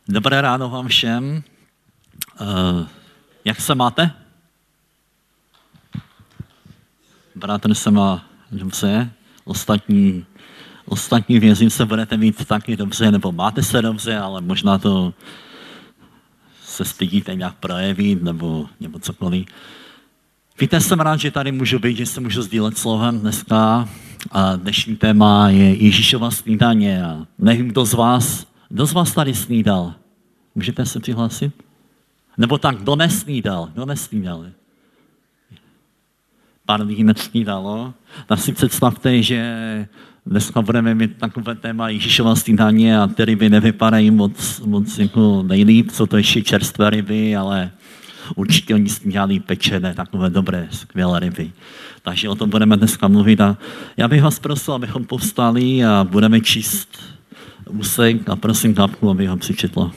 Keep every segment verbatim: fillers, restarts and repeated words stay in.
Dobré ráno vám všem. Uh, jak se máte? Bratr se má dobře, ostatní, ostatní věřím se budete mít taky dobře, nebo máte se dobře, ale možná to se stydíte nějak projevit, nebo, nebo cokoliv. Víte, jsem rád, že tady můžu být, že se můžu sdílet slovem dneska. A dnešní téma je Ježíšova snídaně. A nevím, kdo z vás, kdo z vás tady snídal. Můžete se přihlásit? Nebo tak, kdo nesnídal? Kdo nesnídal? Pár lidí nesnídalo. Tak si představte, že dneska budeme mít takové téma Ježíšova snídaně a ty ryby nevypadají moc, moc jako nejlíp, jsou to ještě čerstvé ryby, ale určitě oni snídali pečené, takové dobré, skvělé ryby. Takže o tom budeme dneska mluvit a já bych vás prosil, abychom povstali a budeme číst úsek a prosím Kápku, aby ho přečetla.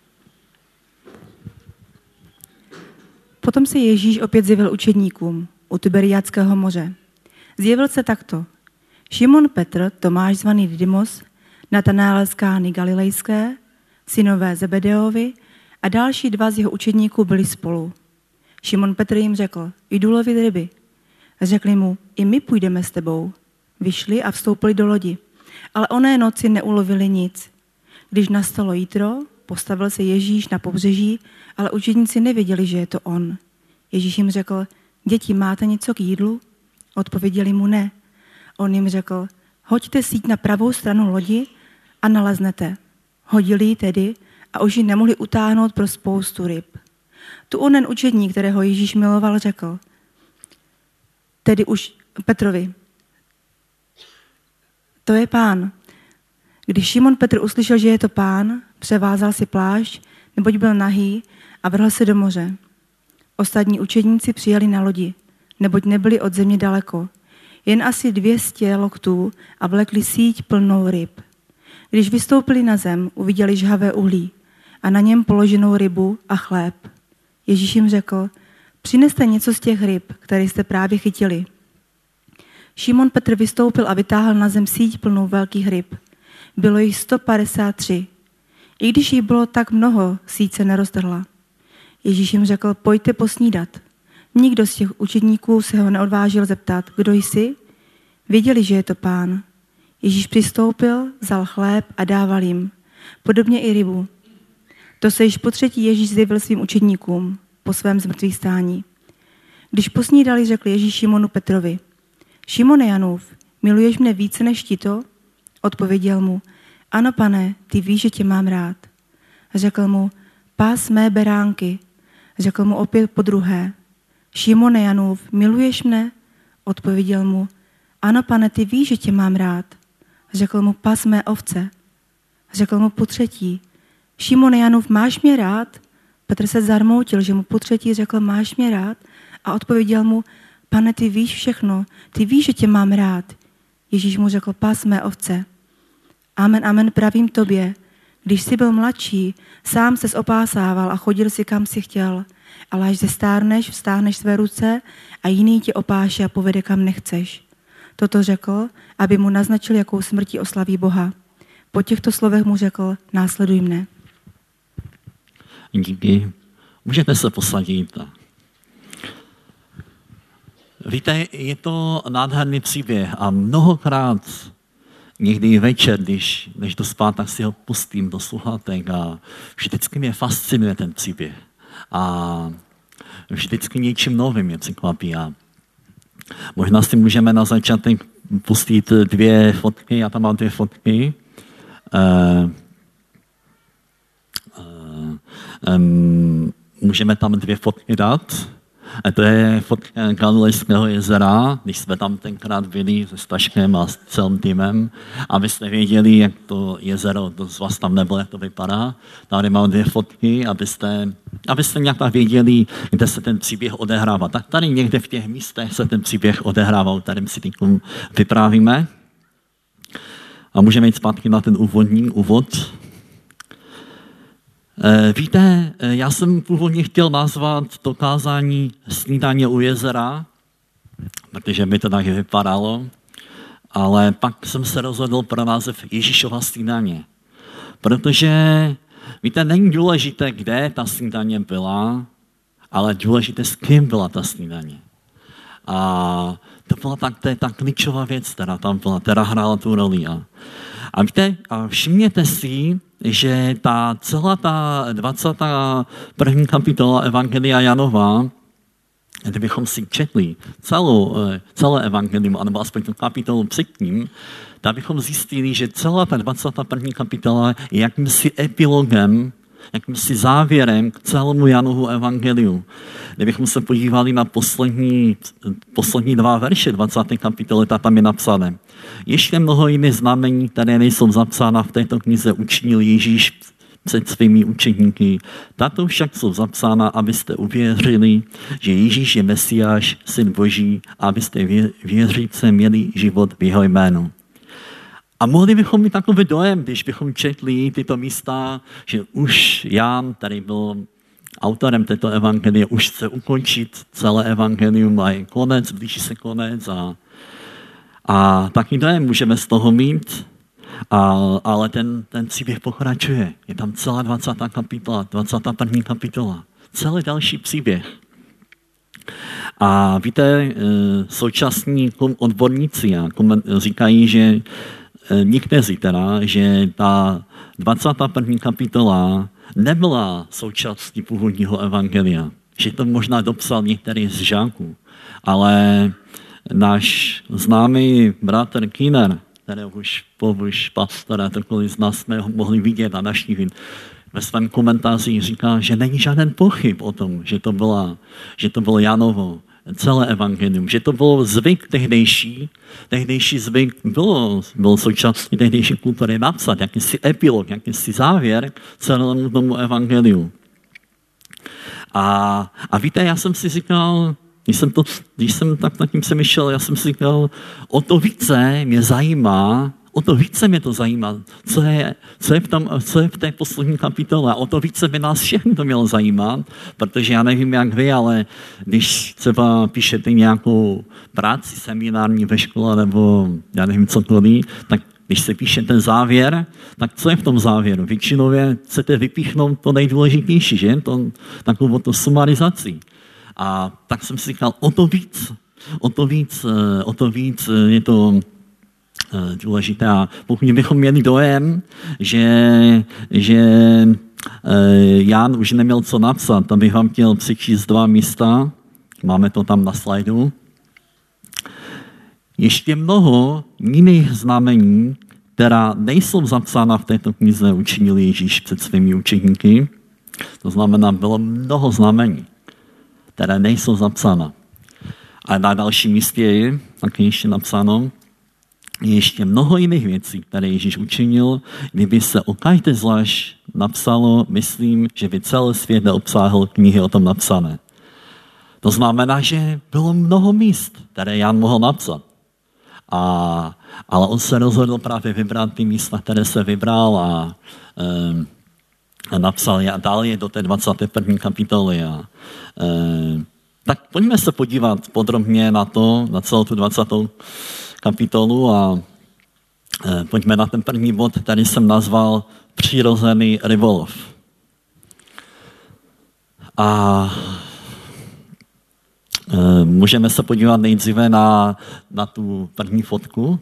Potom se Ježíš opět zjevil učedníkům u Tiberiádského moře. Zjevil se takto. Šimon Petr, Tomáš zvaný Didymos, Natanael z Kány Galilejské, synové Zebedeovi a další dva z jeho učedníků byli spolu. Šimon Petr jim řekl, jdu lovit ryby. Řekli mu, i my půjdeme s tebou. Vyšli a vstoupili do lodi, ale oné noci neulovili nic. Když nastalo jítro, postavil se Ježíš na pobřeží, ale učedníci nevěděli, že je to on. Ježíš jim řekl, děti, máte něco k jídlu? Odpověděli mu ne. On jim řekl, hoďte síť na pravou stranu lodi a naleznete. Hodili ji tedy a už ji nemohli utáhnout pro spoustu ryb. Tu onen učedník, kterého Ježíš miloval, řekl, tedy už Petrovi, to je Pán. Když Šimon Petr uslyšel, že je to Pán, převázal si plášť, neboť byl nahý a vrhl se do moře. Ostatní učedníci přijeli na lodi, neboť nebyli od země daleko, jen asi dvě stě loktů a vlekli síť plnou ryb. Když vystoupili na zem, uviděli žhavé uhlí a na něm položenou rybu a chléb. Ježíš jim řekl, přineste něco z těch ryb, které jste právě chytili. Šimon Petr vystoupil a vytáhl na zem síť plnou velkých ryb. Bylo jich sto padesát tři. I když jich bylo tak mnoho, síť se neroztrhla. Ježíš jim řekl, pojďte posnídat. Nikdo z těch učedníků se ho neodvážil zeptat, kdo jsi? Věděli, že je to Pán. Ježíš přistoupil, vzal chléb a dával jim. Podobně i rybu. To se již po třetí Ježíš zjevil svým učedníkům po svém zmrtvýchvstání. Když posnídali, řekl Ježíš Šimonu Petrovi, Šimone Janův, miluješ mne více než tito? Odpověděl mu, ano, Pane, ty víš, že tě mám rád. Řekl mu, pás mé beránky. Řekl mu opět podruhé, Šimone Janův, miluješ mne? Odpověděl mu, ano, Pane, ty víš, že tě mám rád. Řekl mu, pas mé ovce. Řekl mu po třetí, Šimone Janův, máš mě rád? Petr se zarmoutil, že mu po třetí řekl, máš mě rád? A odpověděl mu, Pane, ty víš všechno, ty víš, že tě mám rád. Ježíš mu řekl, pas mé ovce. Amen, amen, pravím tobě, když jsi byl mladší, sám ses opásával a chodil si, kam si chtěl, ale až zestárneš, vstáhneš své ruce a jiný tě opáše a povede, kam nechceš. Toto řekl, aby mu naznačil, jakou smrtí oslaví Boha. Po těchto slovech mu řekl, následuj mne. Díky. Můžete se posadit. Víte, je to nádherný příběh a mnohokrát někdy večer, když než do spát, tak si ho pustím do sluchátek a vždycky mě fascinuje ten příběh. A vždycky něčím novým mě překvapí. A možná si můžeme na začátek pustit dvě fotky, já tam mám dvě fotky. Uh, uh, um, můžeme tam dvě fotky dát. A to je fotka Galilejského jezera, když jsme tam tenkrát byli se Staškem a s celým týmem, abyste věděli, jak to jezero, to z vás tam nebylo, jak to vypadá. Tady mám dvě fotky, abyste, abyste nějak tak věděli, kde se ten příběh odehrává. Tak tady někde v těch místech se ten příběh odehrával, kterým si teď vyprávíme. A můžeme jít zpátky na ten úvodní úvod. Víte, já jsem původně chtěl nazvat to kázání Snídaně u jezera, protože by to tak vypadalo, ale pak jsem se rozhodl pro název Ježíšova snídaně. Protože Víte, není důležité, kde ta snídaně byla, ale důležité, s kým byla ta snídaně. A to byla tak, to je ta klíčová věc, která tam byla, která hrála tu roli. A, a víte, a všimněte si, že ta celá ta dvacátá první kapitola Evangelia Janova, kdybychom si četli celou, celé evangelium, anebo aspoň tu kapitolu předtím, tak bychom zjistili, že celá ta dvacátá první kapitola je jakýmsi epilogem, jakýmsi závěrem k celému Janovu evangeliu. Kdybychom se podívali na poslední, poslední dva verše dvacáté kapitoly, tak tam je napsané. Ještě mnoho jiných znamení, které nejsou zapsána v této knize, učinil Ježíš před svými učeníky. Tato však jsou zapsána, abyste uvěřili, že Ježíš je Mesiáš, Syn Boží, a abyste věříce měli život v jeho jménu. A mohli bychom mít takový dojem, když bychom četli tyto místa, že už Jan, který byl autorem této evangelie, už chce ukončit celé evangelium a je konec, blíží se konec. A, a taky dojem můžeme z toho mít, a, ale ten, ten příběh pokračuje. Je tam celá dvacátá kapitola, dvacátá první kapitola. Celý další příběh. A víte, současní odborníci říkají, že někteří teda, že ta dvacátá první kapitola nebyla součástí původního evangelia. Že to možná dopsal některý z žáků. Ale náš známý bratr Kiner, který už už pastora, takový z nás jsme mohli vidět a navštívit, ve svém komentáři říká, že není žádný pochyb o tom, že to, byla, že to bylo Janovo, celé evangelium, že to byl zvyk tehdejší, tehdejší zvyk bylo, byl součástí tehdejší kultury napsat, jakýsi epilog, jakýsi závěr celému tomu evangeliu. A, a víte, já jsem si říkal, když jsem, to, když jsem tak nad tím přemýšlel, já jsem si říkal, o to více mě zajímá, o to více mě to zajímá, co je, co je, v, tom, co je v té poslední kapitole. O to více by nás všechny to mělo zajímat, protože já nevím, jak vy, ale když třeba píšete nějakou práci seminární ve škole, nebo já nevím, cokoliv, tak když se píše ten závěr, tak co je v tom závěru? Většinou chcete vypíchnout to nejdůležitější, že? To, takovou to sumarizaci. A tak jsem si říkal, o to víc, o to víc, o to víc je to důležité. A pokud bychom měli dojem, že, že Jan už neměl co napsat, tak bych vám chtěl přečíst dva místa. Máme to tam na slajdu. Ještě mnoho jiných znamení, která nejsou zapsána v této knize, učinil Ježíš před svými učeníky. To znamená, bylo mnoho znamení, které nejsou zapsána. A na dalším místě je taky ještě napsáno, je ještě mnoho jiných věcí, které Ježíš učinil. Kdyby se o každé zvlášť napsalo, myslím, že by celý svět neobsáhl knihy o tom napsané. To znamená, že bylo mnoho míst, které Jan mohl napsat. A, ale on se rozhodl právě vybrat ty místa, které se vybral a, um, a napsal je a dal je do té dvacáté první kapitoly. A, um, tak pojďme se podívat podrobně na to, na celou tu dvacátou kapitolu a e, pojďme na ten první bod, který jsem nazval Přirozený rybolov. A e, můžeme se podívat nejdříve na, na tu první fotku.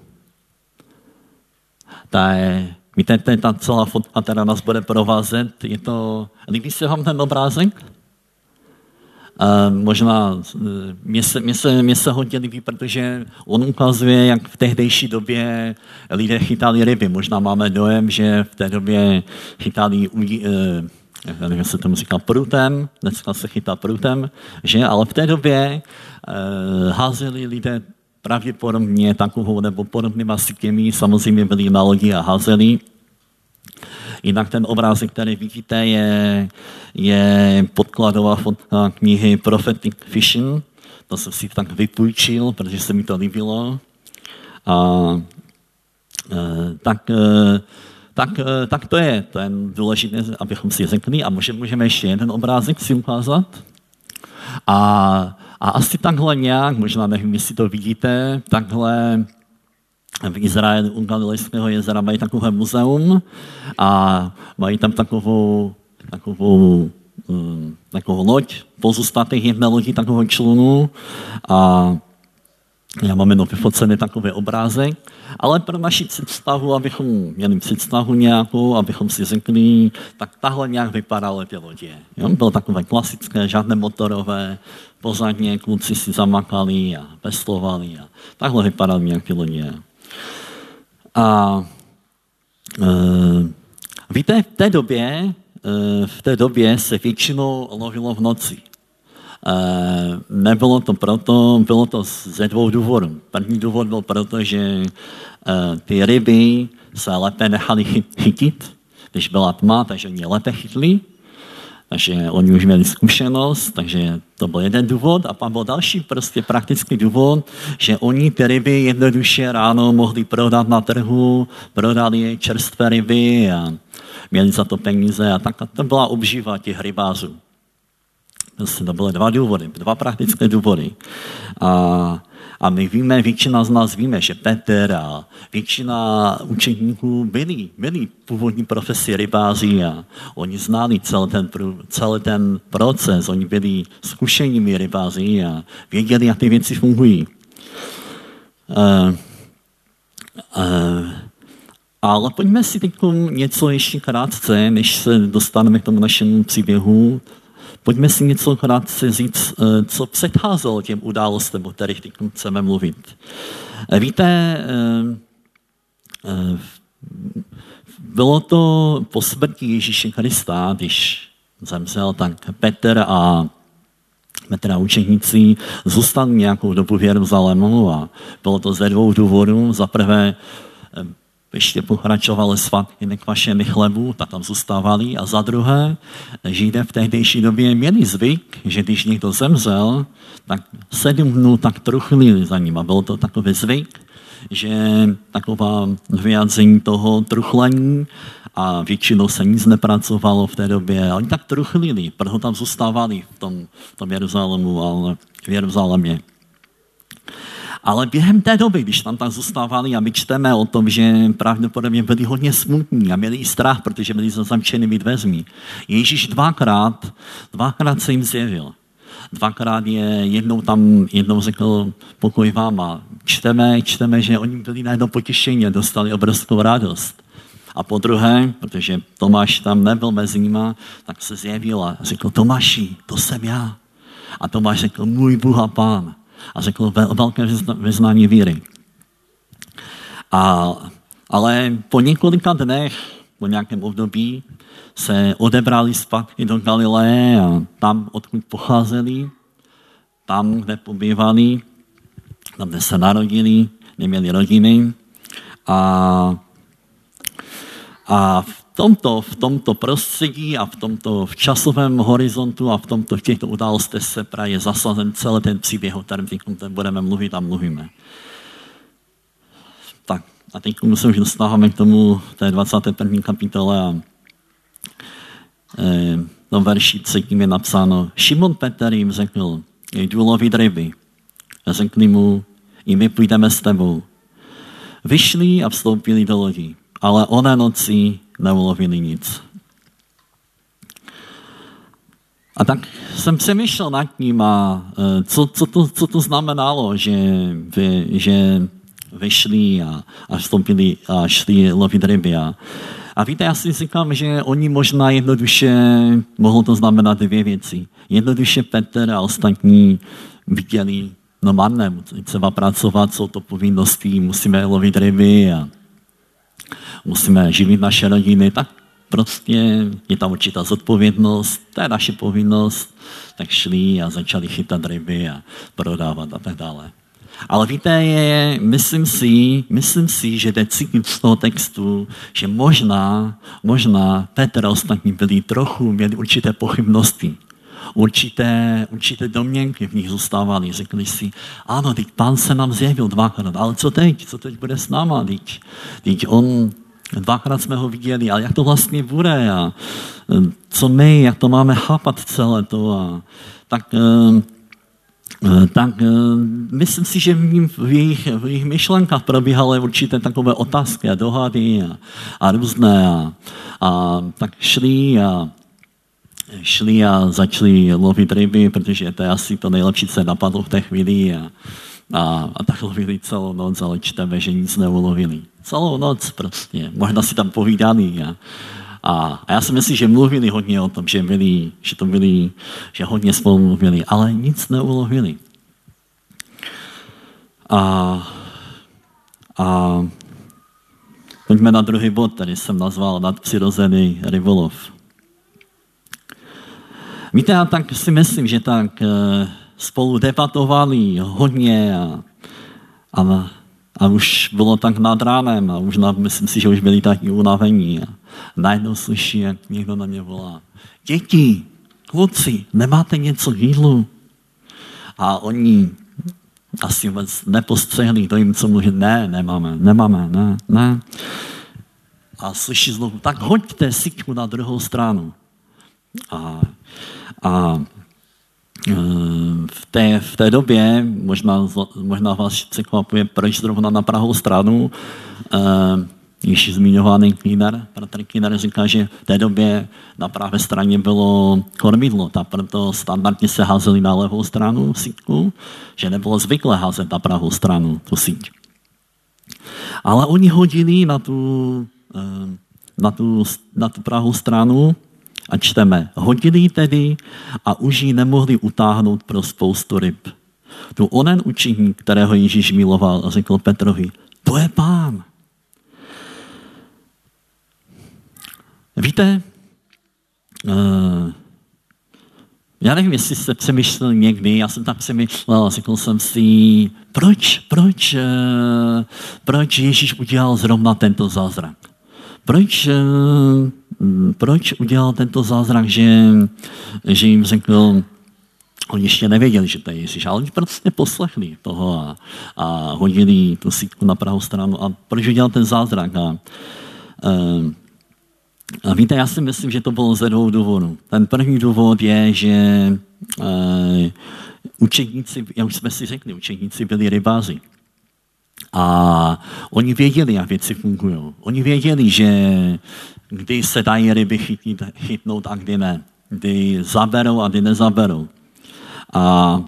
Ta je, víte, to je ta celá fotka, která nás bude provázet. Je to, líbí se vám ten obrázek? Uh, možná mě se, mě, se, mě se hodně líbí, protože on ukazuje, jak v tehdejší době lidé chytali ryby. Možná máme dojem, že v té době chytali, uh, jak se tomu říká, prutem, dneska se chytá prutem, že? Ale v té době uh, házeli lidé pravděpodobně takovou nebo podobnýma sítěmi, samozřejmě byli na lodi a házeli. Jinak ten obrázek, který vidíte, je, je podkladová fotka knihy Prophetic Fishing. To jsem si tak vypůjčil, protože se mi to líbilo. A, e, tak, e, tak, e, tak to je, to je důležité, abychom si řekli. A můžeme, můžeme ještě jeden obrázek si ukázat. A, a asi takhle nějak, možná nevím, jestli to vidíte, takhle v Izraeli u Galilejského jezera mají takové muzeum a mají tam takovou, takovou, um, takovou loď, pozůstatek jedné lodi, takového člunu a já mám jenom vyfocený takový obrázek, ale pro naši představu, abychom měli představu nějakou, abychom si řekli, tak tahle nějak vypadaly ty lodě. Jo? Bylo takové klasické, žádné motorové, pozadně kluci si zamakali a veslovali a takhle vypadaly nějak ty lodě. A e, víte, v té době, e, v té době se většinou lovilo v noci. E, nebylo to proto, bylo to ze dvou důvodů. První důvod byl proto, že e, ty ryby se lépe nechali chytit, když byla tma, takže oni lépe chytli, takže oni už měli zkušenost, takže to byl jeden důvod. A pak byl další prostě praktický důvod, že oni ty ryby jednoduše ráno mohli prodat na trhu, prodali čerstvé ryby a měli za to peníze a tak to byla obživa těch rybářů. To byly dva důvody, dva praktické důvody. A, a my víme, většina z nás víme, že Petr a většina učeníků byli, byli původní profesi rybáři a oni znali celý ten, celý ten proces, oni byli zkušenými rybáři a věděli, jak ty věci fungují. Uh, uh, ale pojďme si teď něco ještě krátce, než se dostaneme k tomu našemu příběhu. Pojďme si něco krátce říct, co předcházelo těm událostem, o kterých teď chceme mluvit. Víte, bylo to po smrti Ježíše Krista, když zemřel, tak Petr a Petr a učeníci zůstali nějakou dobu v Jeruzalému a bylo to ze dvou důvodů. Za prvé, ještě pokračovali svatky nekvašených chlebů, tak tam zůstávali. A za druhé, Židé v tehdejší době měli zvyk, že když někdo zemřel, tak sedm dnů tak truchlili za ním. A byl to takový zvyk, že taková vyjádření toho truchlení a většinou se nic nepracovalo v té době. A oni tak truchlili, proto tam zůstávali v tom, v tom Jeruzalému, ale v Jeruzalémě. Ale během té doby, když tam tak zůstávali a my čteme o tom, že pravděpodobně byli hodně smutní a měli i strach, protože byli za zamčenými dveřmi. Ježíš dvakrát, dvakrát se jim zjevil. Dvakrát je jednou tam, jednou řekl pokoj vám a čteme, čteme, že oni byli najednou potěšení a dostali obrovskou radost. A po druhé, protože Tomáš tam nebyl mezi nima, tak se zjevil a řekl, Tomáši, to jsem já. A Tomáš řekl, můj Bůh a Pán. A řekl velké vyznání víry. A, ale po několika dnech, po nějakém období, se odebrali zpátky do Galileje a tam, odkud pocházeli, tam, kde pobývali, tam, kde se narodili, neměli rodiny. A, a v tomto, v tomto prostředí a v tomto v časovém horizontu a v tomto v těchto událostech se právě zasazen celý ten příběh, o kterém teď budeme mluvit a mluvíme. Tak a teď se už dostáváme k tomu té dvacáté první kapitole a e, do verši třetím je napsáno, Šimon Petr jim řekl, jdu lovit ryby. A řekli mu, i my půjdeme s tebou. Vyšli a vstoupili do lodí, ale oné noci neulovili nic. A tak jsem přemýšlel nad tím, a co, co, to, co to znamenalo, že, vy, že vyšli a, a vstoupili a šli lovit ryby. A, a víte, já si říkám, že oni možná jednoduše, mohlo to znamenat dvě věci. Jednoduše Petr a ostatní viděli, no marné, třeba pracovat, jsou to povinnosti, musíme lovit ryby a musíme živit naše rodiny, tak prostě je tam určitá zodpovědnost, to je naše povinnost, tak šli a začali chytat ryby a prodávat a tak dále. Ale víte, je, myslím si, myslím si, že jde cítit z toho textu, že možná, možná Petr a ostatní byli trochu, měli určité pochybnosti. Určité, určité domněnky v nich zůstávaly. Řekli si, ano, teď Pán se nám zjevil dvakrát, ale co teď? Co teď bude s náma? Teď, teď on, dvakrát jsme ho viděli, ale jak to vlastně bude? A co my, jak to máme chápat celé to? A tak tak myslím si, že v jejich, v jejich myšlenkách probíhaly určité takové otázky a dohady a, a různé. A, a tak šli a, šli a začali lovit ryby, protože to je asi to nejlepší, co napadlo v té chvíli. A, a, a tak lovili celou noc, ale čteme, že nic neulovili. Celou noc prostě. Možná si tam povídali. A, A, a já si myslím, že mluvili hodně o tom, že, byli, že to byli, že hodně spolu mluvili, ale nic neulovili. A, a pojďme na druhý bod, který jsem nazval nadpřirozený rybolov. Víte, já tak si myslím, že tak spolu debatovali hodně a, a A už bylo tak nad ránem a už na, myslím si, že už byli taky unavení. A najednou slyší, jak někdo na mě volá. Děti, kluci, nemáte něco k jídlu? A oni asi vůbec nepostřehli to jim, co mluví. Ne, nemáme, nemáme, ne, ne. A slyší znovu, tak hoďte síťku na druhou stranu. A, a V té, v té době, možná, možná vás překvapuje, proč zrovna na pravou stranu, uh, již zmiňovaný Kýner, Petr Kýner říká, že v té době na pravé straně bylo kormidlo, tak proto standardně se házeli na levou stranu sítku, že nebylo zvyklé házet na pravou stranu tu síť. Ale oni hodili na tu, uh, na tu, na tu pravou stranu. A čteme, hodili tedy a už ji nemohli utáhnout pro spoustu ryb. Tu onen učeník, kterého Ježíš miloval, a řekl Petrovi, to je Pán. Víte, uh, já nevím, jestli jste přemýšlel někdy, já jsem tak přemýšlel a řekl jsem si, proč, proč, uh, proč Ježíš udělal zrovna tento zázrak? Proč, uh, proč udělal tento zázrak, že, že jim řekl, oni ještě nevěděli, že to je Ježíš, ale oni prostě poslechli toho a, a hodili tu sítku na pravou stranu. A proč udělal ten zázrak? A, a víte, já si myslím, že to bylo ze dvou důvodů. Ten první důvod je, že uh, učedníci, jak už jsme si řekli, učedníci byli rybáři. A oni věděli, jak věci fungují. Oni věděli, že kdy se dají ryby chytit, chytnout a kdy ne. Kdy zaberou a kdy nezaberou. A,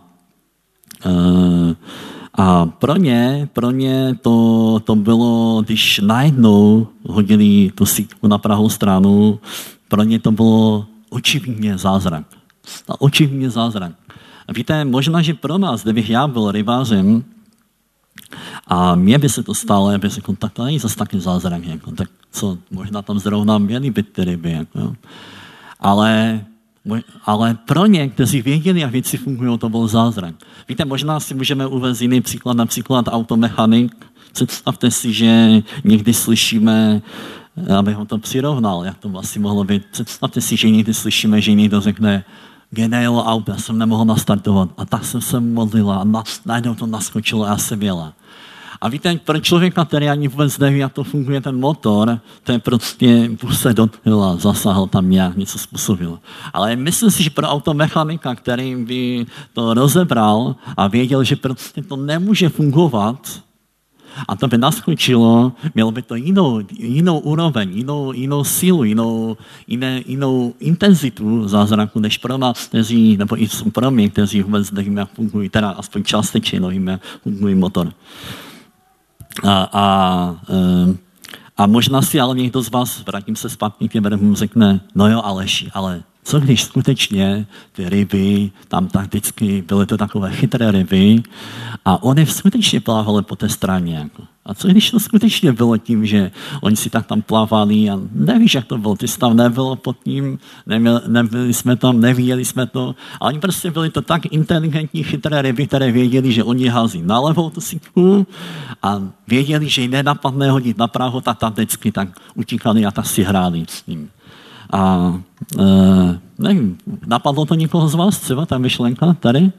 a pro ně, pro ně to, to bylo, když najednou hodili tu sítku na pravou stranu, pro ně to bylo očividně zázrak. Očividně zázrak. A víte, možná, že pro nás, kdybych já byl rybářem, a mně by se to stalo, já bych řekl, tak to není zase taky zázrak. Jako, tak co, možná tam zrovna měly být ty ryby. Jako. Ale, ale pro ně, kteří věděli, jak věci fungují, to byl zázrak. Víte, možná si můžeme uvést jiný příklad, například automechanik. Představte si, že někdy slyšíme, abych ho to přirovnal, jak to asi mohlo být. Představte si, že někdy slyšíme, že někdo řekne, genejelo auto, já jsem nemohl nastartovat a tak jsem se modlila a na, najednou to naskočilo a já jsem jela. A víte, pro člověka, který ani vůbec neví, jak to funguje ten motor, to je prostě, Bůh se dotkl a zasáhl tam nějak, něco způsobil. Ale myslím si, že pro automechanika, který by to rozebral a věděl, že prostě to nemůže fungovat, a to by naskočilo, mělo by to jinou, jinou úroveň, jinou, jinou sílu, jinou, jiné, jinou intenzitu zázraku, než pro nás, kteří, nebo i pro mě, kteří vůbec nevíme, jak fungují, teda aspoň částečně nevíme, jak fungují motor. A, a, a možná si ale někdo z vás, vrátím se zpátky k těm, řekne, no jo, Aleši, ale co když skutečně ty ryby, tam tak vždycky byly to takové chytré ryby a oni skutečně plávali po té straně. Jako. A co když to skutečně bylo tím, že oni si tak tam plávali a nevíš, jak to bylo, ty jsi tam nebyl pod tím, nebyli, nebyli jsme tam, neviděli jsme to. A oni prostě byli to tak inteligentní, chytré ryby, které věděli, že oni hází na levou tu sítku a věděli, že ji nenapadne hodit na prahu, tak tam vždycky tak utíkali a tak si hráli s ním. A e, nevím, napadlo to někoho z vás třeba, ta myšlenka tady?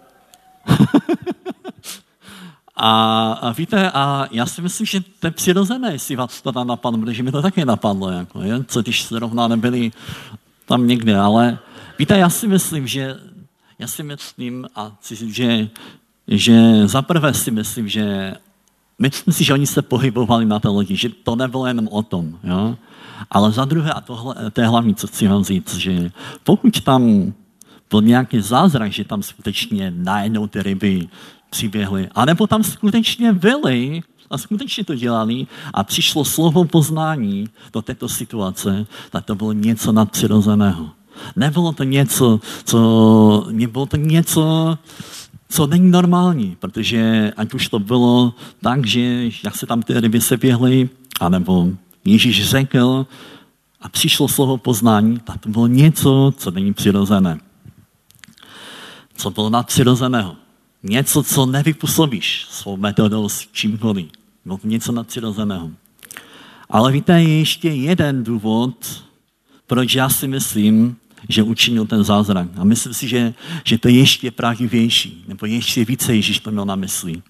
a, a víte, a já si myslím, že to je přirozené, jestli vás to tam napadlo, protože mi to taky napadlo, jako, je? Co když zrovna nebyli tam někde, ale víte, já si myslím, že já si myslím, a že, že zaprvé si myslím, že myslím si, že oni se pohybovali na té lodi, že to nebylo jenom o tom. Jo? Ale za druhé, a tohle, to je hlavní, co chci vám říct, že pokud tam byl nějaký zázrak, že tam skutečně najednou ty ryby přiběhly, anebo tam skutečně byly a skutečně to dělali a přišlo slovo poznání do této situace, tak to bylo něco nadpřirozeného. Nebylo to něco, co, nebylo to něco, co není normální, protože ať už to bylo tak, že jak se tam ty ryby seběhly, anebo Ježíš řekl a přišlo slovo poznání, tak to bylo něco, co není přirozené. Co bylo nadpřirozeného. Něco, co nevypůsobíš svou metodou s čímkoliv. Bylo to něco nadpřirozeného. Ale víte, je ještě jeden důvod, proč já si myslím, že učinil ten zázrak. A myslím si, že, že to je ještě pravdivější, nebo ještě více Ježíš to měl na mysli.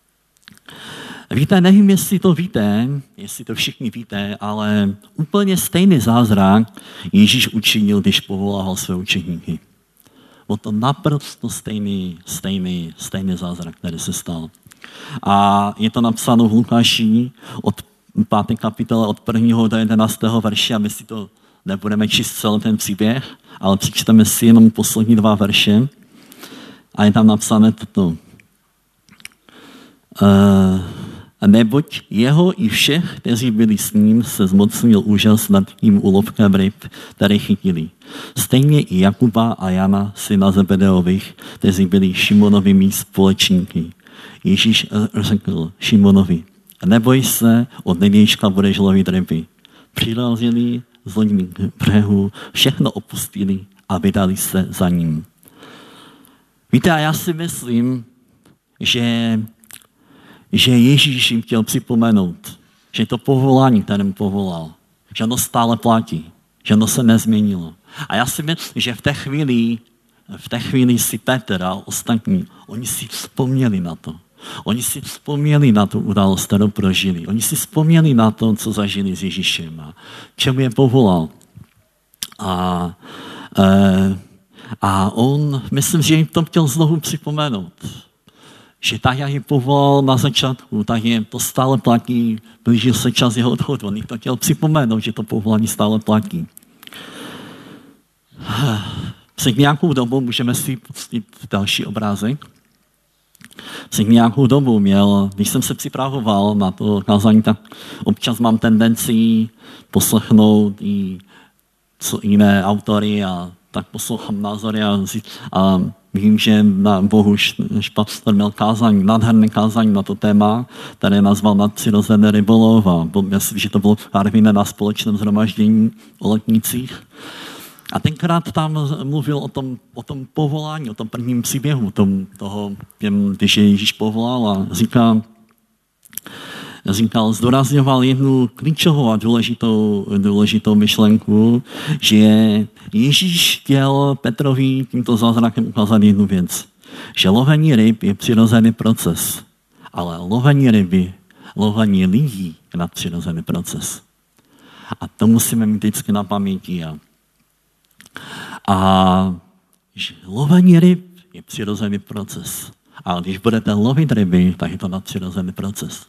Víte, nevím, jestli to víte, jestli to všichni víte, ale úplně stejný zázrak Ježíš učinil, když povolával své učeníky. Byl to naprosto stejný, stejný, stejný zázrak, který se stal. A je to napsáno v Lukáši od páté kapitole od prvního do jedenáctého verše a my si to nebudeme číst celý ten příběh, ale přečteme si jenom poslední dva verše a je tam napsané toto. Uh, neboť jeho i všech, kteří byli s ním, se zmocnil úžas nad tím úlovkem ryb, které chytili. Stejně i Jakuba a Jana, syna Zebedeových, kteří byli Šimonovými společníky. Ježíš řekl Šimonovi, neboj se, od nynějška budeš lovit ryby. Přirazili z lodí k břehu, všechno opustili a vydali se za ním. Víte, a já si myslím, že, že Ježíš jim chtěl připomenout, že to povolání, kterým povolal, že ono stále platí, že ono se nezměnilo. A já si myslím, že v té chvíli, v té chvíli si Petr a ostatní, oni si vzpomněli na to. Oni si vzpomněli na tu událost, kterou prožili. Oni si vzpomněli na to, co zažili s Ježíšem a čemu je povolal. A, e, a on, myslím, že jim to chtěl znovu připomenout. Že tak, jak je povolal na začátku, tak je to stále platí, blížil se čas jeho odchodu. On jim to chtěl připomenout, že to povolání stále platí. Před nějakou dobou můžeme si pustit další obrázek. Před nějakou dobu měl, když jsem se připravoval na to kázání, tak občas mám tendenci poslechnout i co jiné autory a tak poslouchám názory a, a vím, že na Bohuš pastor měl kázání, nádherné kázání na to téma, které nazval Nadpřirozené rybolov a myslím, že to bylo Arvine na společném shromaždění o letnicích. A tenkrát tam mluvil o tom, o tom povolání, o tom prvním příběhu, tom, toho, když je Ježíš povolal a říká, říkal, zdůrazňoval jednu klíčovou a důležitou, důležitou myšlenku, že Ježíš chtěl Petrovi tímto zázrakem ukázat jednu věc, že lovení ryb je přirozený proces, ale lovení ryby, lovení lidí je nadpřirozený proces. A to musíme mít vždycky na paměti. A A že lovení ryb je přirozený proces. A když budete lovit ryby, tak je to nadpřirozený proces.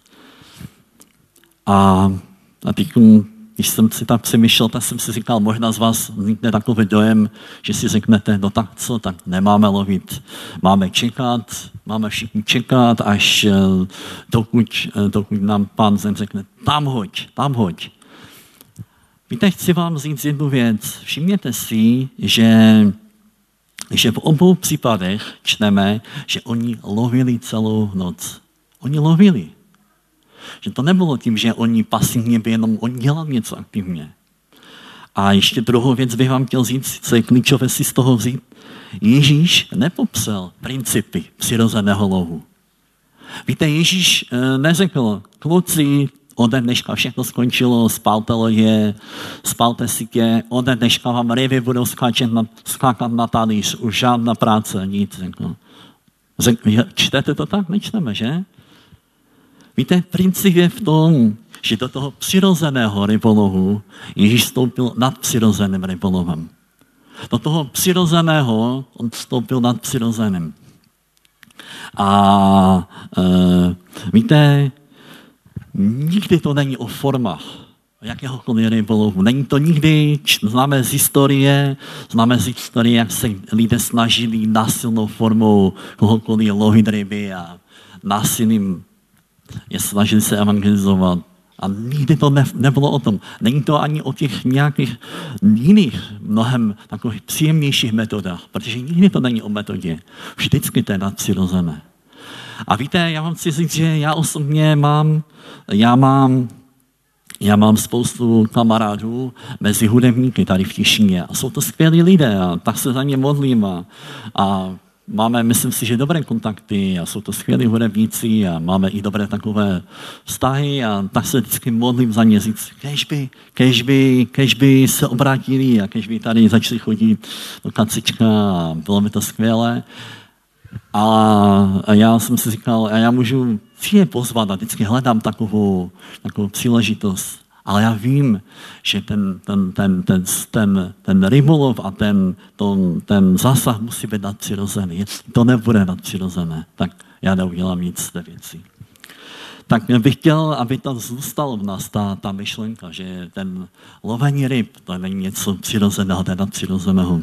A, a teď, když jsem si tak přemýšlel, tak jsem si říkal, možná z vás vznikne takový dojem, že si řeknete, no tak co, tak nemáme lovit. Máme čekat, máme všichni čekat, až dokud, dokud nám Pán Zem řekne, tam hoď, tam hoď. Víte, chci vám říct jednu věc. Všimněte si, že, že v obou případech čteme, že oni lovili celou noc. Oni lovili. Že to nebylo tím, že oni pasivně by jenom oni dělali něco aktivně. A ještě druhou věc bych vám chtěl říct, co je klíčové si z toho vzít. Ježíš nepopsal principy přirozeného lovu. Víte, Ježíš neřekl, kluci, ode dneška všechno skončilo, spalte lodě, spalte sítě, ode dneška vám ryby budou skáčet na, skákat na talíř, už žádná práce, nic. Jako. Čtete to tak? Nečteme, že? Víte, princip je v tom, že do toho přirozeného rybolovu Ježíš vstoupil nad přirozeným rybolovem. do toho přirozeného on vstoupil nad přirozeným. A e, víte, nikdy to není o formách jakéhokoliv rybolovu. Není to nikdy, známe z historie, známe z historie, jak se lidé snažili násilnou formou kohokoliv lovit ryby a násilím je snažili se evangelizovat. A nikdy to ne, nebylo o tom. Není to ani o těch nějakých jiných, mnohem takových příjemnějších metodách, protože nikdy to není o metodě. Vždycky to je nadpřirozené. A víte, já vám chci říct, že já osobně mám, já mám, já mám spoustu kamarádů mezi hudebníky tady v Těšíně. A jsou to skvělí lidé a tak se za ně modlím a, a máme, myslím si, že dobré kontakty a jsou to skvělí hudebníci a máme i dobré takové vztahy a tak se vždycky modlím za ně říct, kež by, kež by, kež by se obrátili a kež by tady začali chodit do kacička a bylo by to skvělé. A, a já jsem si říkal, a já můžu je pozvat a vždycky hledám takovou, takovou příležitost. Ale já vím, že ten, ten, ten, ten, ten, ten rybolov a ten, ten, ten zásah musí být nadpřirozený. To nebude nadpřirozené, tak já neudělám nic z té věci. Tak bych chtěl, aby to zůstalo v nás, ta, ta myšlenka, že ten lovení ryb, to není něco přirozeného, to je nadpřirozeného.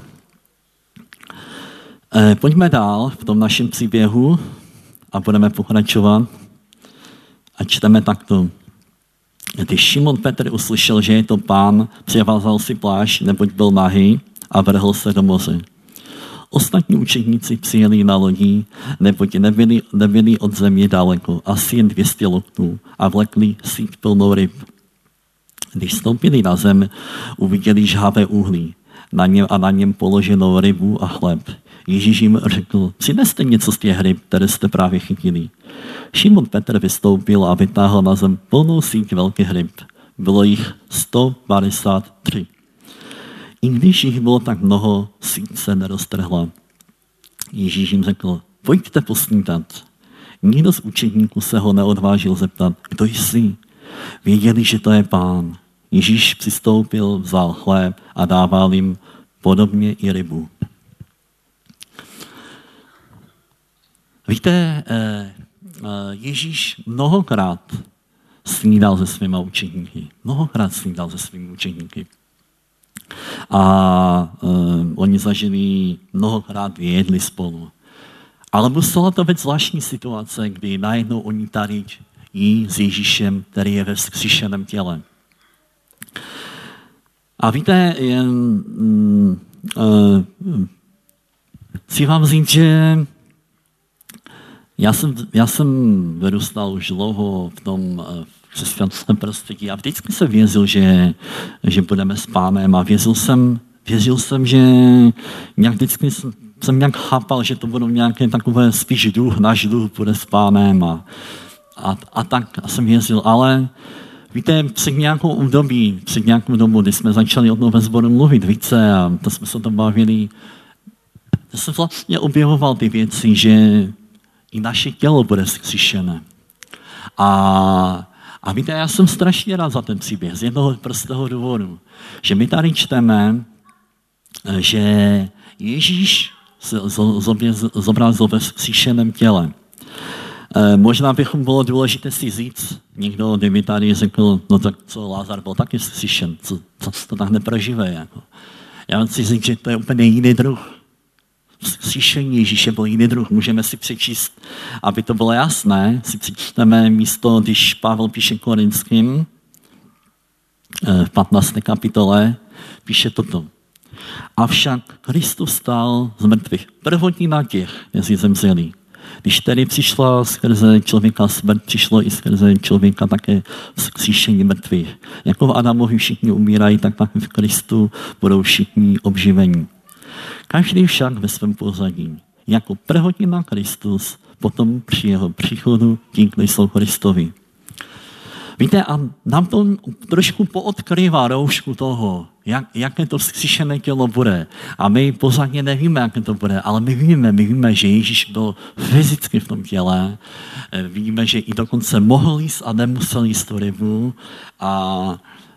E, pojďme dál v tom našem příběhu a budeme pokračovat a čteme takto. Když Šimon Petr uslyšel, že je to Pán, převázal si plášť, neboť byl nahý a vrhl se do moře. Ostatní učeníci přijeli na lodí, neboť nebyli, nebyli od země daleko, asi jen dvě stě loktů a vlekli síť plnou ryb. Když stoupili na zem, uviděli žhavé uhlí na něm a na něm položenou rybu a chleb. Ježíš jim řekl, přineste něco z těch ryb, které jste právě chytili. Šimon Petr vystoupil a vytáhl na zem plnou síť velkých ryb. Bylo jich sto padesát tři. I když jich bylo tak mnoho, síť se neroztrhla. Ježíš jim řekl, pojďte posnídat. Nikdo z učedníků se ho neodvážil zeptat, kdo jsi? Věděli, že to je Pán. Ježíš přistoupil, vzal chléb a dával jim podobně i rybu. Víte, Ježíš mnohokrát snídal se svýma učeníky. Mnohokrát snídal se svými učeníky. A uh, oni zažili, mnohokrát jedli spolu. Ale musela to být zvláštní situace, kdy najednou oni tady jí s Ježíšem, který je ve vzkříšeném těle. A víte, jen, um, uh, chci vám říct, že Já jsem, já jsem vyrůstal už dlouho v tom v křesťanském prostředí a vždycky jsem věřil, že, že budeme s Pánem a věřil jsem, věřil jsem, že nějak vždycky jsem, jsem nějak chápal, že to budou nějaké takové spíš duch, náš duch bude s Pánem a, a, a tak a jsem věřil, ale víte, před nějakou období, před nějakou dobu, kdy jsme začali o tom ve sboru mluvit více a to jsme se tam bavili, to jsem vlastně objevoval ty věci, že i naše tělo bude vzkříšené. A, a víte, já jsem strašně rád za ten příběh z jednoho prostého důvodu, že my tady čteme, že Ježíš se zobrazil ve vzkříšeném těle. E, možná bychom bylo důležité si říct, někdo, kdyby tady řekl, no tak co, Lázar byl taky vzkříšen, co, co to tak neprožívá. Jako. Já vám chci říct, že to je úplně jiný druh. Vzkříšení Ježíše byl jiný druh. Můžeme si přečíst, aby to bylo jasné, si přečteme místo, když Pavel píše Korinským v patnácté kapitole, píše toto. Avšak Kristus stál z mrtvých, prvotní na těch, kteří zemřeli. Když tedy přišla skrze člověka smrt, přišlo i skrze člověka také vzkříšení mrtvých. Jako v Adamovi všichni umírají, tak také v Kristu budou všichni obživení. Každý však ve svém pozadí. Jako prvotina Kristus, potom při jeho příchodu ti, kdo jsou Kristovi. Víte, a nám to trošku poodkrývá roušku toho, jak, jaké to vzkříšené tělo bude. A my pozadně nevíme, jaké to bude, ale my víme, my víme, že Ježíš byl fyzicky v tom těle. Víme, že i dokonce mohl jíst a nemusel jíst tu rybu. A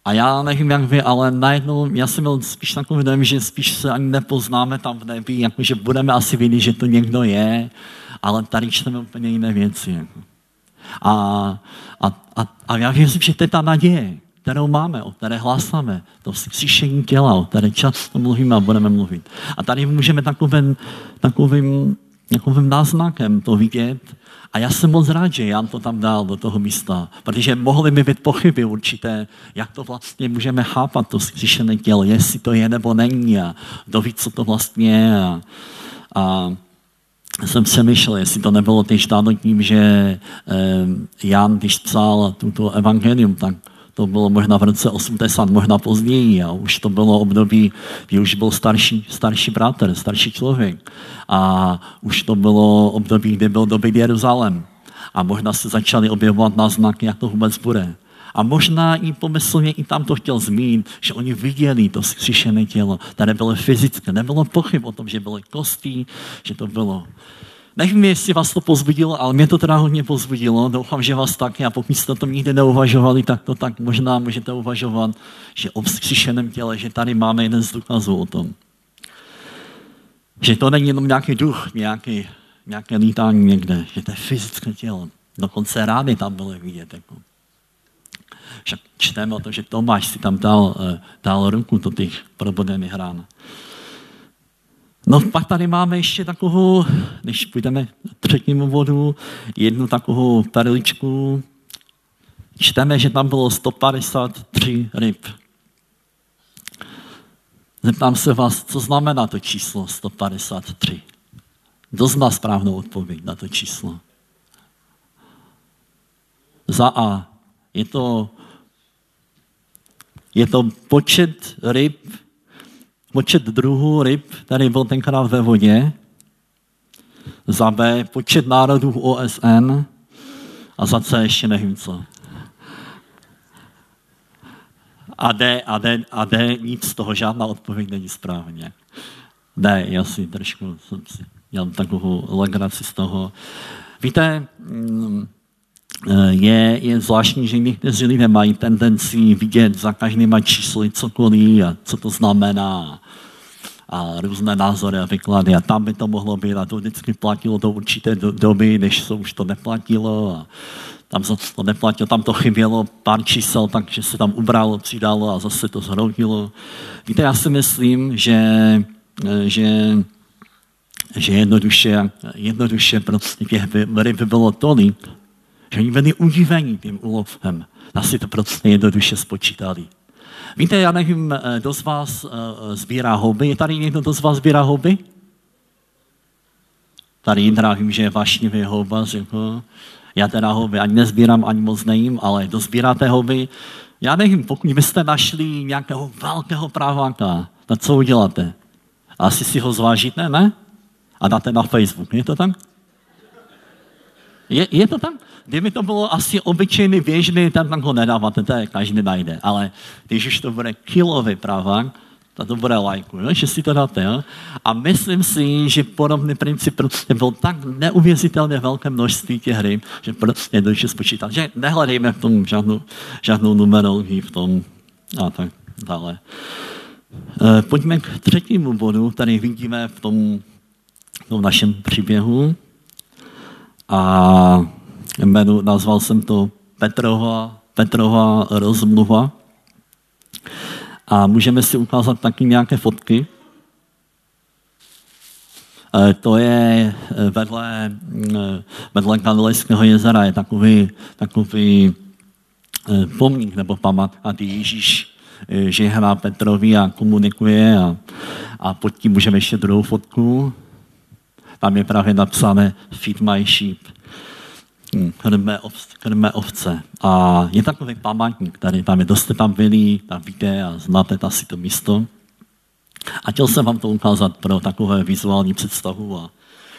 A já nevím, jak vy, ale najednou já jsem měl spíš takový dojem, že spíš se ani nepoznáme tam v nebi, jakože budeme asi vidět, že to někdo je, ale tady čteme úplně jiné věci. Jako. A, a, a, a já věřím, že to je ta naděje, kterou máme, o které hlásáme, to vzkříšení těla, o které často mluvíme a budeme mluvit. A tady můžeme takovým, takovým, takovým náznakem to vidět. A já jsem moc rád, že Jan to tam dal do toho místa, protože mohly by být pochyby určité, jak to vlastně můžeme chápat, to vzkříšené tělo, jestli to je nebo není a kdo ví, co to vlastně je. A, a jsem přemýšlel, jestli to nebylo teď dáno tím, že eh, Jan, když psal tuto evangelium, tak to bylo možná v roce osmdesát, možná později a už to bylo období, kdy už byl starší, starší bratr, starší člověk. A už to bylo období, kdy byl dobyt Jeruzalém. A možná se začaly objevovat náznaky, jak to vůbec bude. A možná i pomyslně i tam to chtěl zmínit, že oni viděli to vzkříšené tělo, které bylo fyzické. Nebylo pochyb o tom, že byly kosti, že to bylo. Nevím, jestli vás to pozbudilo, ale mě to teda hodně pozbudilo. Doufám, že vás taky. A pokud jste o tom nikdy neuvažovali, tak to tak možná můžete uvažovat, že o vzkříšeném těle, že tady máme jeden z důkazů o tom. Že to není jenom nějaký duch, nějaký, nějaké lítání někde, že to je fyzické tělo. Dokonce rány tam byly vidět. Jako. Však čteme o tom, že Tomáš si tam dal, dal ruku do těch probodených rán. No pak tady máme ještě takovou, než půjdeme k třetímu bodu, jednu takovou perličku. Čteme, že tam bylo sto padesát tři ryb. Zeptám se vás, co znamená to číslo sto padesát tři? Kdo zná správnou odpověď na to číslo? Za A. Je to, je to počet ryb, počet druhů ryb, který byl tenkrát ve vodě. Za B. Počet národů O S N. A za C ještě nevím co. A D, a D, a D, nic z toho, žádná odpověď není správně. D, já si trošku jsem si měl takovou legraci z toho. Víte, je, je zvláštní, že někteří lidé mají tendenci vidět za každýma čísly cokoliv a co to znamená a různé názory a vyklady a tam by to mohlo být a to vždycky platilo do určité doby, než se už to neplatilo a tam to neplatilo, tam to chybělo pár čísel, takže se tam ubralo, přidalo a zase to zhroutilo. Víte, já si myslím, že, že, že jednoduše, jednoduše prostě těch ryb bylo tolik, že oni byli udivení tím úlovem. Asi to prostě jednoduše spočítali. Víte, já nevím, kdo z vás sbírá houby. Je tady někdo, kdo z vás sbírá houby? Tady Jindra, vím, že je vášnivý houba. Jako. Já teda houby ani nezbírám, ani moc nejím, ale kdo sbíráte houby? Já nevím, pokud byste našli nějakého velkého práváka, tak co uděláte? Asi si ho zvážíte, ne? A dáte na Facebook, je to tak? Je, je to tak? Kdyby to bylo asi obyčejný, běžný, ten tam ho nedáváte, to je, každý najde. Ale když už to bude kilový pravák, tak to bude lajku, jo? Že si to dáte. Jo? A myslím si, že podobný princip prostě byl tak neuvěřitelně velké množství těch ryb, že prostě jednoduše spočítat. Že nehledejme v tom žádnou, žádnou numerologii v tom a tak dále. E, pojďme k třetímu bodu, který vidíme v tom, v tom našem příběhu. A jmenu, nazval jsem to Petrova, Petrova rozmluva. A můžeme si ukázat taky nějaké fotky. E, to je vedle, vedle Galilejského jezera, je takový, takový e, pomník nebo památka, kdy Ježíš e, žehná Petrovi a komunikuje. A, a pod tím můžeme ještě druhou fotku. Tam je právě napsané Feed my sheep. Krme, ovce, krme ovce. A je takový památník, který tam je, dost tam byli, tam víte a znáte asi to místo. A chtěl jsem vám to ukázat pro takové vizuální představu. A...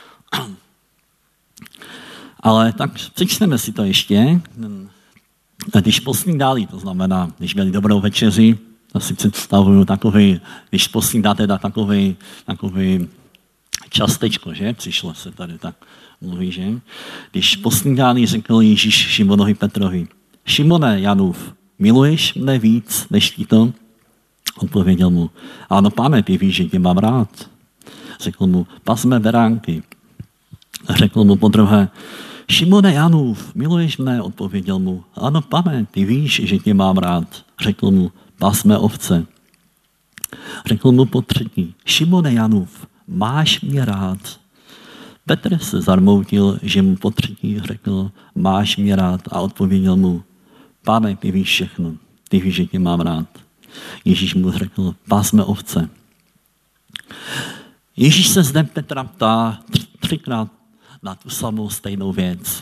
Ale tak přečteme si to ještě. Když posnídali, to znamená, když měli dobrou večeři, to si představuju takový, když posnídáte na takový, takový častečko, že? Přišlo se tady tak mluví, že? Když posnídali, řekl Ježíš Šimonovi Petrovi, Šimone, Janův miluješ mne víc než títo? Odpověděl mu, ano, pane, ty víš, že tě mám rád. Řekl mu, pas mé beránky. Řekl mu podruhé, Šimone Janův, miluješ mne? Odpověděl mu, ano, pane, ty víš, že tě mám rád. Řekl mu, pas mé ovce. Řekl mu potřetí, Šimone Janův, máš mě rád? Petr se zarmoutil, že mu potřetí řekl, máš mě rád, a odpověděl mu, pane, ty víš všechno, ty víš, že tě mám rád. Ježíš mu řekl, pás mé ovce. Ježíš se zde Petra ptá třikrát na tu samou stejnou věc.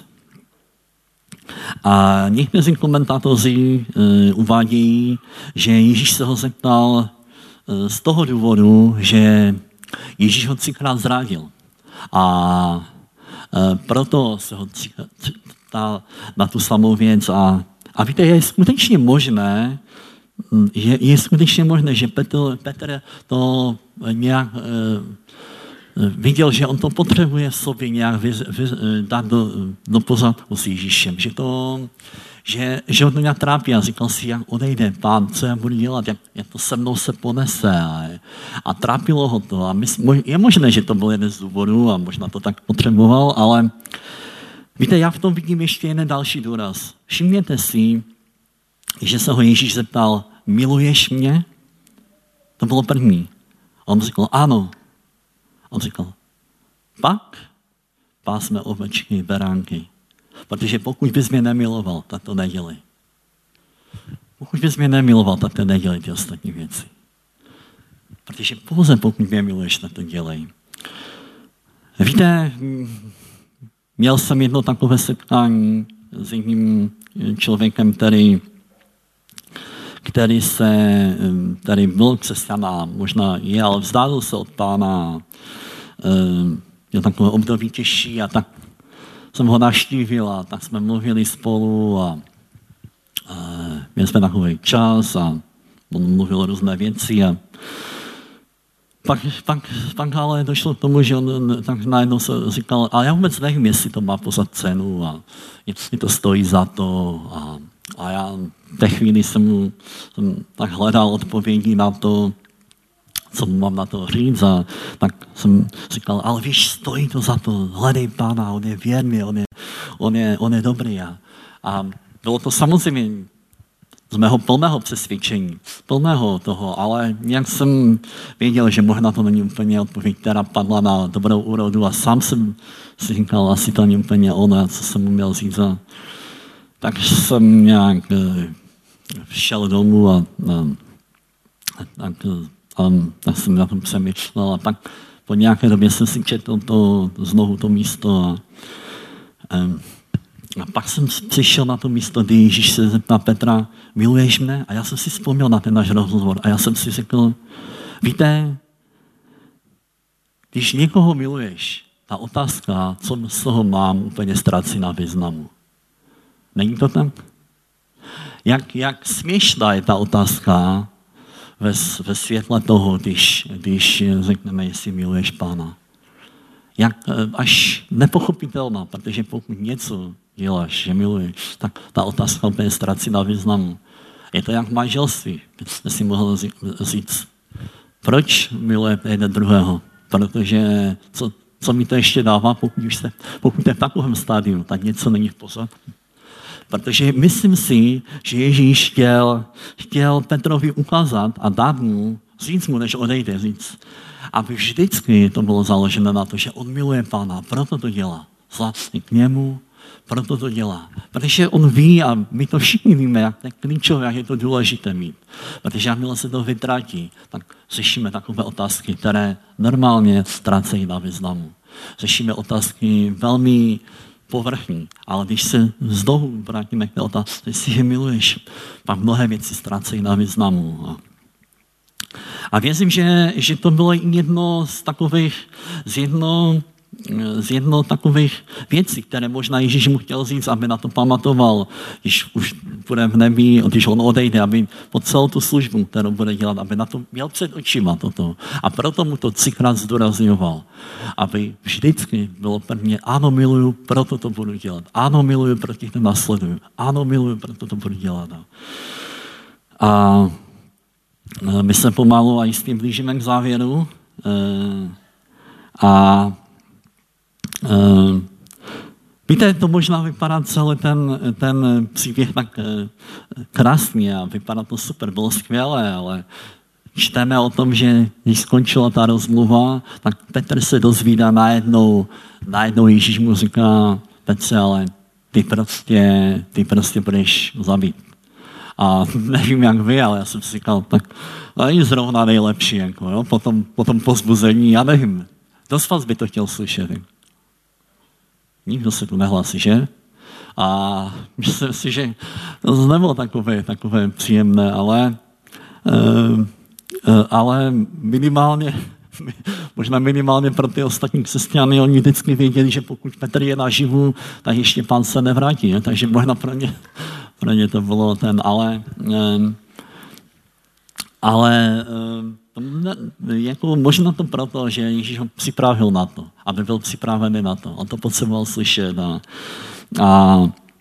A někteří komentátoři uh, uvádějí, že Ježíš se ho zeptal uh, z toho důvodu, že Ježíš ho třikrát zradil. A uh, proto se ho třikrát ptal na tu samou věc. A, a víte, je skutečně možné, je, je skutečně možné, že Petr, Petr to nějak uh, viděl, že on to potřebuje v sobě nějak vy, vy, dát do, do pořádku s Ježíšem, že, to, že, že on to nějak trápí a říkal si, jak odejde Pán, co já budu dělat, jak, jak to se mnou se ponese. A, a trápilo ho to. A my, je možné, že to byl jeden z důvodů a možná to tak potřeboval, ale víte, já v tom vidím ještě jeden další důraz. Všimněte si, že se ho Ježíš zeptal, miluješ mě? To bylo první. A on řekl, ano. On říkal, pak pásme ovečky, beránky. Protože pokud bys mě nemiloval, tak to nedělej. Pokud bys mě nemiloval, tak to nedělej ty ostatní věci. Protože pouze pokud mě miluješ, tak to dělej. Víte, měl jsem jedno takové setkání s jedním člověkem, který který se, který byl křesťaná, možná je, ale vzdálil se od Pána, měl takové období těžší a tak jsem ho navštívil a tak jsme mluvili spolu a, a měli jsme takový čas a on mluvil o různé věci a pak, pak, pak ale došlo k tomu, že on tak najednou se říkal, ale já vůbec nevím, jestli to má pořád cenu a jestli to stojí za to a A já v té chvíli jsem, jsem tak hledal odpovědi na to, co mám na to říct. A tak jsem říkal, ale víš, stojí to za to, hledej Pána, on je věrný, on je, on je, on je dobrý. A, a bylo to samozřejmě z mého plného přesvědčení, plného toho, ale nějak jsem věděl, že možná to není úplně odpověď, která padla na dobrou úrodu a sám jsem si říkal, asi to není úplně ono, co jsem mu měl říct. A tak jsem nějak šel domů a, a, a, a, a jsem na tom přemýšlel a pak po nějaké době jsem si četl to, znovu to místo a, a, a pak jsem přišel na to místo, kdy Ježíš se zeptal Petra, miluješ mne? A já jsem si vzpomněl na ten náš rozhovor a já jsem si řekl, víte, když někoho miluješ, ta otázka, co z toho mám, úplně ztrácí na významu. Není to tak? Jak, jak směšná je ta otázka ve, ve světle toho, když, když řekneme, jestli miluješ Pána. Jak až nepochopitelná, protože pokud něco děláš, že miluješ, tak ta otázka úplně ztrácí na významu. Je to jak v manželství. Jste si mohl říct, proč milujete jeden druhého? Protože co, co mi to ještě dává, pokud, už jste, pokud jste v takovém stádiu, tak něco není v pořádku. Protože myslím si, že Ježíš chtěl, chtěl Petrovi ukázat a dát mu, říct mu, než odejde, říct, aby vždycky to bylo založeno na to, že on miluje Pána, proto to dělá. Zlásky k němu, proto to dělá. Protože on ví a my to všichni víme, jak to je klíčové, jak je to důležité mít. Protože jakmile se to vytratí, tak řešíme takové otázky, které normálně ztrácejí na významu. Řešíme otázky velmi povrchní, ale když se znovu vrátíme k té otázce, jestli je miluješ, pak mnohé věci ztrácejí na významu. A věřím, že, že to bylo jedno z takových, z jedno, z jedno takových věcí, které možná Ježíš mu chtěl říct, aby na to pamatoval, když už bude v nebi, když on odejde, aby po celou tu službu, kterou bude dělat, aby na to měl před očima toto. A proto mu to třikrát zdůrazňoval, aby vždycky bylo prvně, ano, miluju, proto to budu dělat. Ano, miluju, proto to následuju. Ano, miluju, proto to budu dělat. A my se pomalu a jistě blížíme k závěru. A víte, to možná vypadá celý ten, ten příběh tak krásně a vypadá to super, bylo skvělé, ale čteme o tom, že když skončila ta rozmluva, tak Petr se dozvídá najednou, najednou Ježíš mu říká, Petře, ale ty prostě, ty prostě budeš zabít. A nevím, jak vy, ale já jsem si říkal, tak není zrovna nejlepší, jako, jo? Potom, potom pozbuzení, já nevím, kdo z vás by to chtěl slyšet? Nikdo se tu nehlásí, že? A myslím si, že to nebylo takové, takové příjemné, ale, uh, uh, ale minimálně, možná minimálně pro ty ostatní křesťany, oni vždycky věděli, že pokud Petr je naživu, tak ještě pán se nevrátí, ne? Takže možná pro ně, pro ně to bylo ten, ale, uh, ale uh, jako možná to proto, že Ježíš ho připravil na to, aby byl připravený na to. On to potřeboval slyšet. A, a,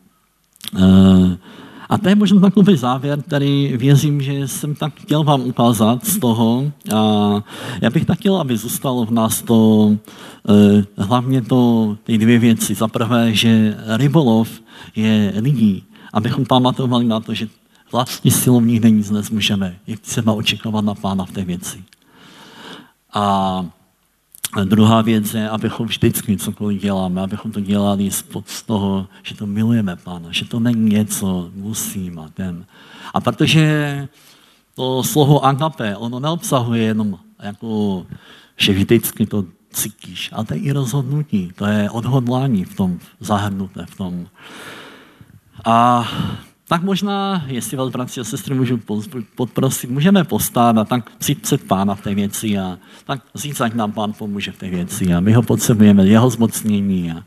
a to je možná takový závěr, který věřím, že jsem tak chtěl vám ukázat z toho. A já bych tak chtěl, aby zůstalo v nás to, hlavně to, ty dvě věci. Za prvé, že rybolov je lidí, abychom pamatovali na to, že vlastní silou v nich nic nezmůžeme. Je třeba očekávat na Pána v té věci. A druhá věc je, abychom vždycky cokoliv děláme, abychom to dělali z toho, že to milujeme Pána, že to není něco, musím a ten. A protože to slovo agape, ono neobsahuje jenom jako, že vždycky to cítíš, ale to je i rozhodnutí, to je odhodlání v tom zahrnuté v tom. A tak možná, jestli vás, bratři a sestry, můžu podprosit, můžeme postát a tak přijít před Pána v té věci a tak říct, ať nám Pán pomůže v té věci a my ho potřebujeme, jeho zmocnění. A...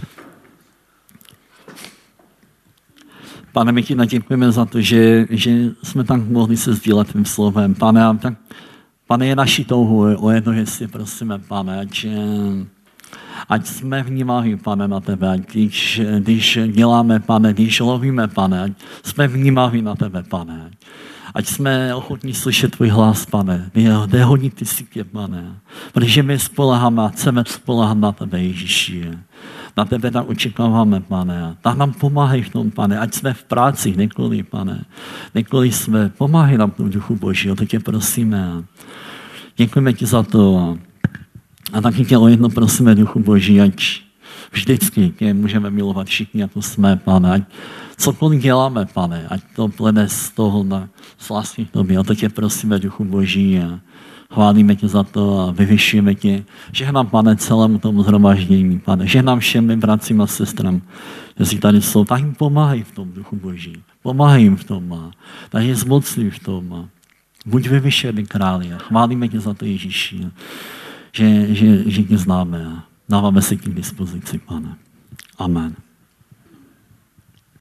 Pane, my ti naděkujeme za to, že, že jsme tak mohli se sdílet tvým slovem. Pane, a tak, pane, je naší touhu o jedno věci, prosíme, Pane, ať... Ať jsme vnímaví, Pane, na tebe, ať když, když děláme, Pane, když lovíme, Pane, ať jsme vnímaví na tebe, Pane. Ať jsme ochotní slyšet tvůj hlas, Pane, nehodit ty sítě, Pane. Protože my spoleháme a chceme spolehat na tebe, Ježíši. Na tebe tak očekáváme, Pane. Tak nám pomáhej v tom, Pane, ať jsme v práci, kdekoliv, Pane. Kdekoliv jsme, pomáhej nám v duchu Božího, to tě prosíme. Děkujeme ti za to. A taky tě o jedno prosíme, Duchu Boží, ať vždycky tě můžeme milovat všichni, jako jsme, Pane. Ať cokoliv děláme, Pane, ať to plene z toho na slásky tobě. A to tě prosíme, Duchu Boží, a chválíme tě za to a vyvyšujeme tě. Žehnám, Pane, celému tomu shromaždění, Pane. Žehnám všem bratřím a sestrám, kteří tady jsou. Tak jim pomáhají v tom, Duchu Boží. Pomáhají jim v tom. A tak je zmocný v tom. A buď vyvyšený, králi. A chválíme tě za to, Ježíši. Že, že, že tě známe a dáváme si k dispozici, Pane. Amen.